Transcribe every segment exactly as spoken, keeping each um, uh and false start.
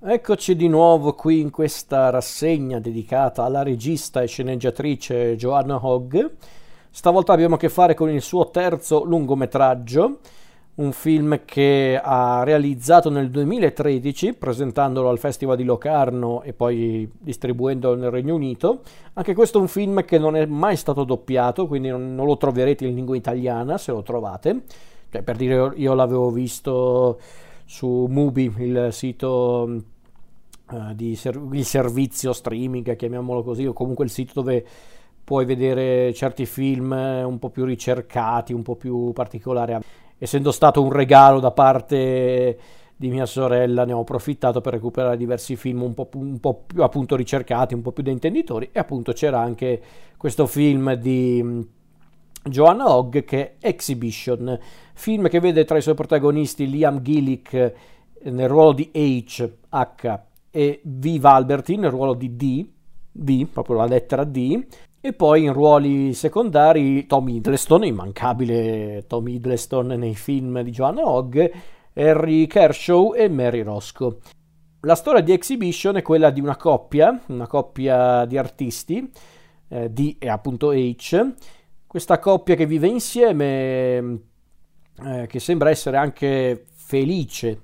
Eccoci di nuovo qui in questa rassegna dedicata alla regista e sceneggiatrice Joanna Hogg. Stavolta abbiamo a che fare con il suo terzo lungometraggio, un film che ha realizzato nel duemilatredici, presentandolo al Festival di Locarno e poi distribuendolo nel Regno Unito. Anche questo è un film che non è mai stato doppiato, quindi non, non lo troverete in lingua italiana se lo trovate. Cioè, per dire, io l'avevo visto su Mubi, il sito uh, di ser- il servizio streaming, chiamiamolo così, o comunque il sito dove puoi vedere certi film un po' più ricercati, un po' più particolari. Essendo stato un regalo da parte di mia sorella, ne ho approfittato per recuperare diversi film un po', un po' più appunto ricercati, un po' più da intenditori, e appunto c'era anche questo film di Joanna Hogg che è Exhibition, film che vede tra i suoi protagonisti Liam Gillick nel ruolo di H, H e Viv Albertine nel ruolo di D, D, proprio la lettera D, e poi in ruoli secondari Tom Hiddleston, immancabile Tom Hiddleston nei film di Joanna Hogg, Harry Kershaw e Mary Roscoe. La storia di Exhibition è quella di una coppia, una coppia di artisti, eh, D e appunto H. Questa coppia che vive insieme, eh, che sembra essere anche felice,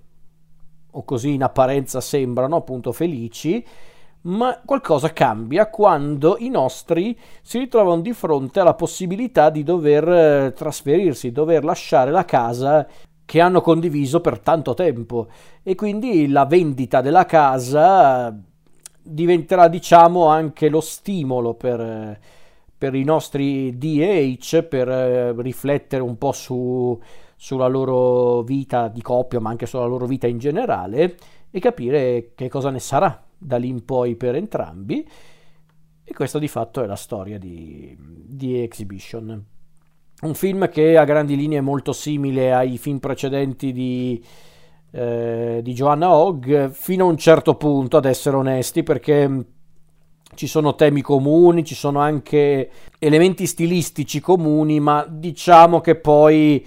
o così in apparenza sembrano appunto felici, ma qualcosa cambia quando i nostri si ritrovano di fronte alla possibilità di dover eh, trasferirsi, dover lasciare la casa che hanno condiviso per tanto tempo, e quindi la vendita della casa diventerà, diciamo, anche lo stimolo per, per i nostri D e H per eh, riflettere un po' su, sulla loro vita di coppia, ma anche sulla loro vita in generale, e capire che cosa ne sarà da lì in poi per entrambi. E questa di fatto è la storia di, di Exhibition, un film che a grandi linee è molto simile ai film precedenti di, eh, di Joanna Hogg, fino a un certo punto, ad essere onesti, perché ci sono temi comuni, ci sono anche elementi stilistici comuni, ma diciamo che poi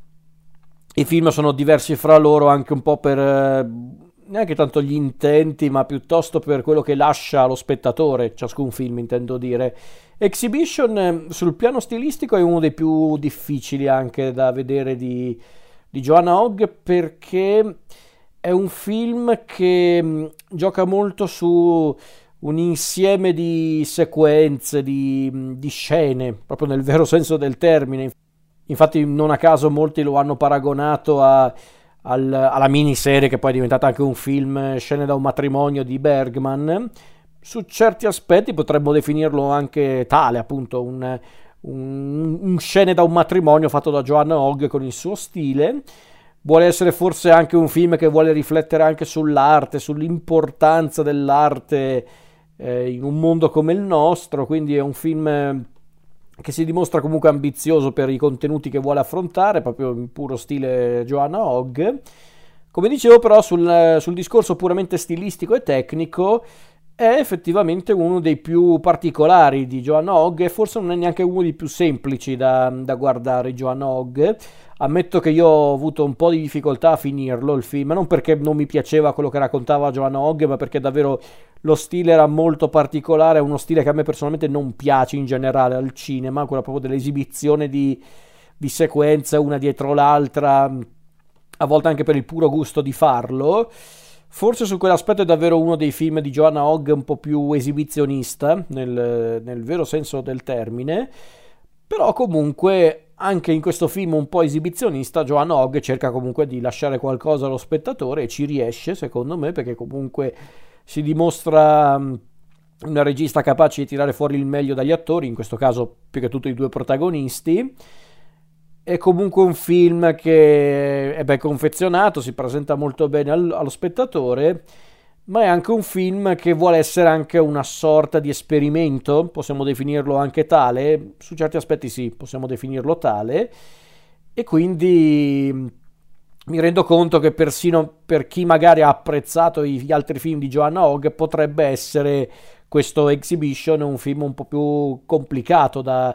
i film sono diversi fra loro anche un po' per eh, neanche tanto gli intenti, ma piuttosto per quello che lascia lo spettatore, ciascun film intendo dire. Exhibition eh, sul piano stilistico è uno dei più difficili anche da vedere di, di Joanna Hogg, perché è un film che mh, gioca molto su un insieme di sequenze, di, di scene, proprio nel vero senso del termine. Infatti non a caso molti lo hanno paragonato a Al, alla miniserie che poi è diventata anche un film, Scene da un matrimonio di Bergman. Su certi aspetti potremmo definirlo anche tale, appunto un, un, un Scene da un matrimonio fatto da Joanna Hogg con il suo stile. Vuole essere forse anche un film che vuole riflettere anche sull'arte, sull'importanza dell'arte eh, in un mondo come il nostro, quindi è un film che si dimostra comunque ambizioso per i contenuti che vuole affrontare, proprio in puro stile Joanna Hogg. Come dicevo, però, sul, sul discorso puramente stilistico e tecnico è effettivamente uno dei più particolari di Joanna Hogg, e forse non è neanche uno dei più semplici da, da guardare Joanna Hogg. Ammetto che io ho avuto un po' di difficoltà a finirlo il film, non perché non mi piaceva quello che raccontava Joanna Hogg, ma perché davvero lo stile era molto particolare, è uno stile che a me personalmente non piace in generale al cinema, quella proprio dell'esibizione di, di sequenze una dietro l'altra, a volte anche per il puro gusto di farlo. Forse su quell'aspetto è davvero uno dei film di Joanna Hogg un po' più esibizionista, nel, nel vero senso del termine, però comunque anche in questo film un po' esibizionista Joanna Hogg cerca comunque di lasciare qualcosa allo spettatore, e ci riesce secondo me, perché comunque si dimostra una regista capace di tirare fuori il meglio dagli attori, in questo caso più che tutto i due protagonisti. È comunque un film che è ben confezionato, si presenta molto bene allo spettatore, ma è anche un film che vuole essere anche una sorta di esperimento, possiamo definirlo anche tale, su certi aspetti sì, possiamo definirlo tale, e quindi mi rendo conto che persino per chi magari ha apprezzato gli altri film di Joanna Hogg potrebbe essere questo Exhibition un film un po' più complicato da,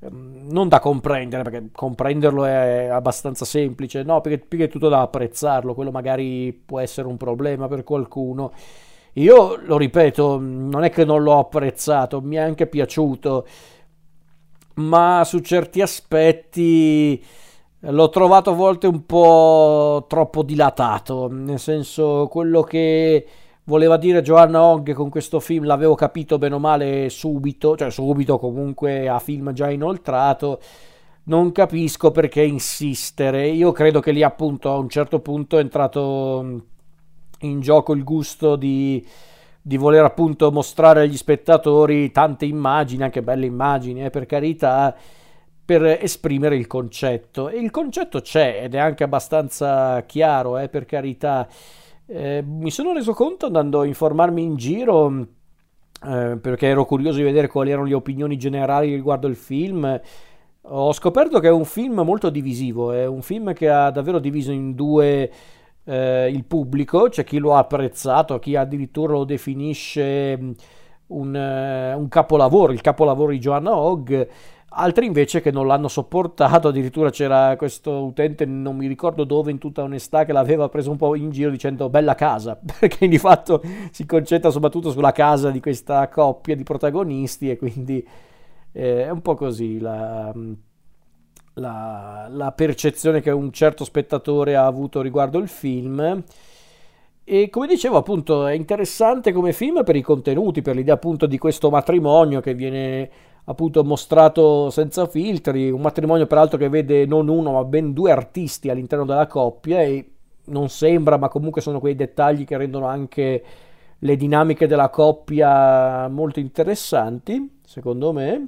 ehm, non da comprendere, perché comprenderlo è abbastanza semplice, no, perché più che tutto da apprezzarlo, quello magari può essere un problema per qualcuno. Io lo ripeto, non è che non l'ho apprezzato, mi è anche piaciuto, ma su certi aspetti l'ho trovato a volte un po' troppo dilatato, nel senso quello che voleva dire Joanna Hogg con questo film l'avevo capito bene o male subito, cioè subito comunque a film già inoltrato, non capisco perché insistere, io credo che lì appunto a un certo punto è entrato in gioco il gusto di di voler appunto mostrare agli spettatori tante immagini, anche belle immagini, eh, per carità, per esprimere il concetto. E il concetto c'è ed è anche abbastanza chiaro, eh, per carità. Eh, mi sono reso conto andando a informarmi in giro, eh, perché ero curioso di vedere quali erano le opinioni generali riguardo il film. Ho scoperto che è un film molto divisivo, è un film che ha davvero diviso in due eh, il pubblico, c'è chi lo ha apprezzato, chi addirittura lo definisce mh, un, eh, un capolavoro, il capolavoro di Joanna Hogg, altri invece che non l'hanno sopportato, addirittura c'era questo utente, non mi ricordo dove, in tutta onestà, che l'aveva preso un po' in giro dicendo bella casa, perché di fatto si concentra soprattutto sulla casa di questa coppia di protagonisti e quindi eh, è un po' così la, la, la percezione che un certo spettatore ha avuto riguardo il film. E come dicevo, appunto, è interessante come film per i contenuti, per l'idea appunto di questo matrimonio che viene appunto mostrato senza filtri, un matrimonio peraltro che vede non uno ma ben due artisti all'interno della coppia e non sembra, ma comunque sono quei dettagli che rendono anche le dinamiche della coppia molto interessanti, secondo me.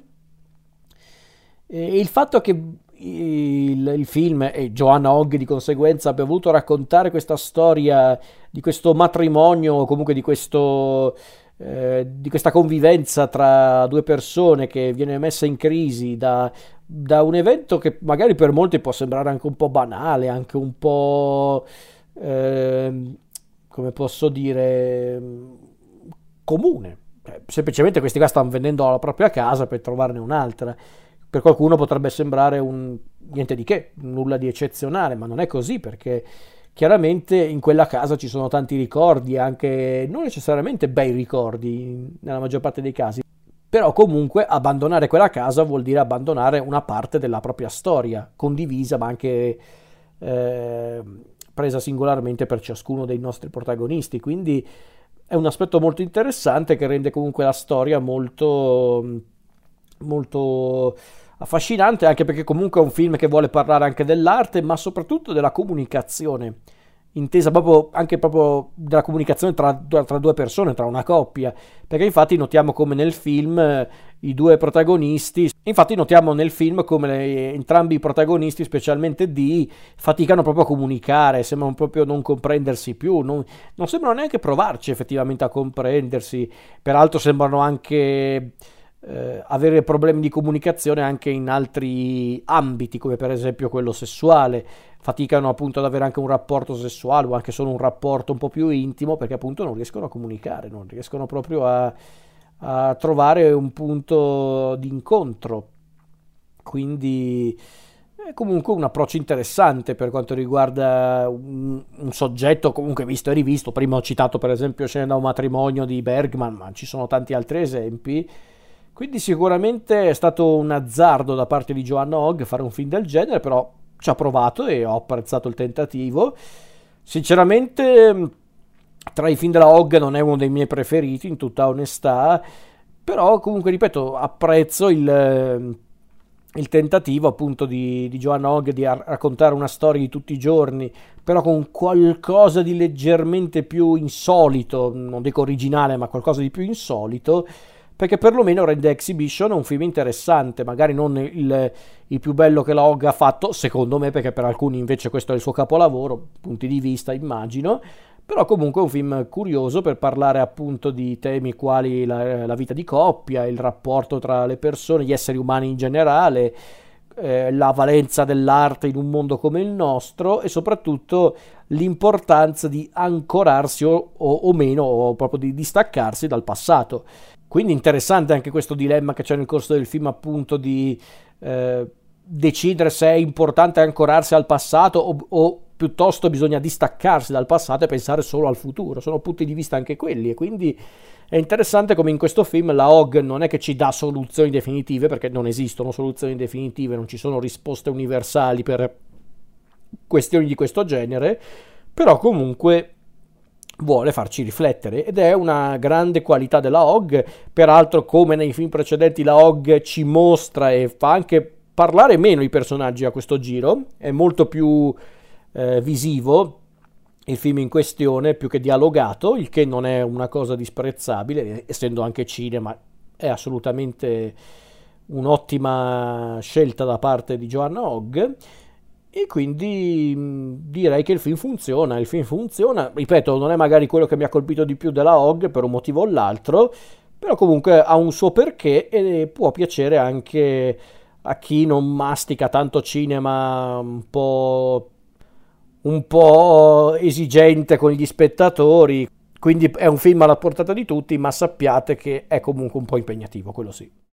E il fatto che il, il film e Joanna Hogg di conseguenza abbia voluto raccontare questa storia di questo matrimonio, o comunque di questo eh, di questa convivenza tra due persone che viene messa in crisi da, da un evento che magari per molti può sembrare anche un po' banale, anche un po' eh, come posso dire comune. Eh, semplicemente questi qua stanno vendendo la propria casa per trovarne un'altra. Per qualcuno potrebbe sembrare un niente di che, nulla di eccezionale, ma non è così perché chiaramente in quella casa ci sono tanti ricordi, anche non necessariamente bei ricordi nella maggior parte dei casi, però comunque abbandonare quella casa vuol dire abbandonare una parte della propria storia, condivisa ma anche eh, presa singolarmente per ciascuno dei nostri protagonisti, quindi è un aspetto molto interessante che rende comunque la storia molto, molto affascinante, anche perché comunque è un film che vuole parlare anche dell'arte, ma soprattutto della comunicazione, intesa proprio anche proprio della comunicazione tra, tra due persone, tra una coppia, perché infatti notiamo come nel film eh, i due protagonisti, infatti notiamo nel film come le, entrambi i protagonisti, specialmente Dee, faticano proprio a comunicare, sembrano proprio non comprendersi più, non, non sembrano neanche provarci effettivamente a comprendersi, peraltro sembrano anche eh, avere problemi di comunicazione anche in altri ambiti, come per esempio quello sessuale. Faticano appunto ad avere anche un rapporto sessuale o anche solo un rapporto un po' più intimo perché appunto non riescono a comunicare, non riescono proprio a, a trovare un punto di incontro. Quindi è comunque un approccio interessante per quanto riguarda un, un soggetto comunque visto e rivisto. Prima ho citato per esempio Scena da un matrimonio di Bergman, ma ci sono tanti altri esempi. Quindi sicuramente è stato un azzardo da parte di Joanna Hogg fare un film del genere, però ci ha provato e ho apprezzato il tentativo. Sinceramente, tra i film della Hogg non è uno dei miei preferiti, in tutta onestà, però comunque, ripeto, apprezzo il, il tentativo appunto di, di Joanna Hogg di raccontare una storia di tutti i giorni, però con qualcosa di leggermente più insolito, non dico originale, ma qualcosa di più insolito, perché perlomeno rende Exhibition un film interessante, magari non il, il più bello che la Hogg ha fatto, secondo me, perché per alcuni invece questo è il suo capolavoro, punti di vista immagino, però comunque è un film curioso per parlare appunto di temi quali la, la vita di coppia, il rapporto tra le persone, gli esseri umani in generale, eh, la valenza dell'arte in un mondo come il nostro e soprattutto l'importanza di ancorarsi o, o, o meno, o proprio di distaccarsi dal passato. Quindi interessante anche questo dilemma che c'è nel corso del film, appunto, di eh, decidere se è importante ancorarsi al passato o, o piuttosto bisogna distaccarsi dal passato e pensare solo al futuro. Sono punti di vista anche quelli, e quindi è interessante come in questo film la Hogg non è che ci dà soluzioni definitive, perché non esistono soluzioni definitive, non ci sono risposte universali per questioni di questo genere, però comunque vuole farci riflettere, ed è una grande qualità della Hogg. Peraltro, come nei film precedenti, la Hogg ci mostra e fa anche parlare meno i personaggi a questo giro, è molto più eh, visivo il film in questione più che dialogato, il che non è una cosa disprezzabile, essendo anche cinema. È assolutamente un'ottima scelta da parte di Joanna Hogg, e quindi mh, direi che il film funziona. Il film funziona, ripeto, non è magari quello che mi ha colpito di più della Hogg per un motivo o l'altro, però comunque ha un suo perché e può piacere anche a chi non mastica tanto cinema un po', un po' esigente con gli spettatori. Quindi è un film alla portata di tutti, ma sappiate che è comunque un po' impegnativo, quello sì.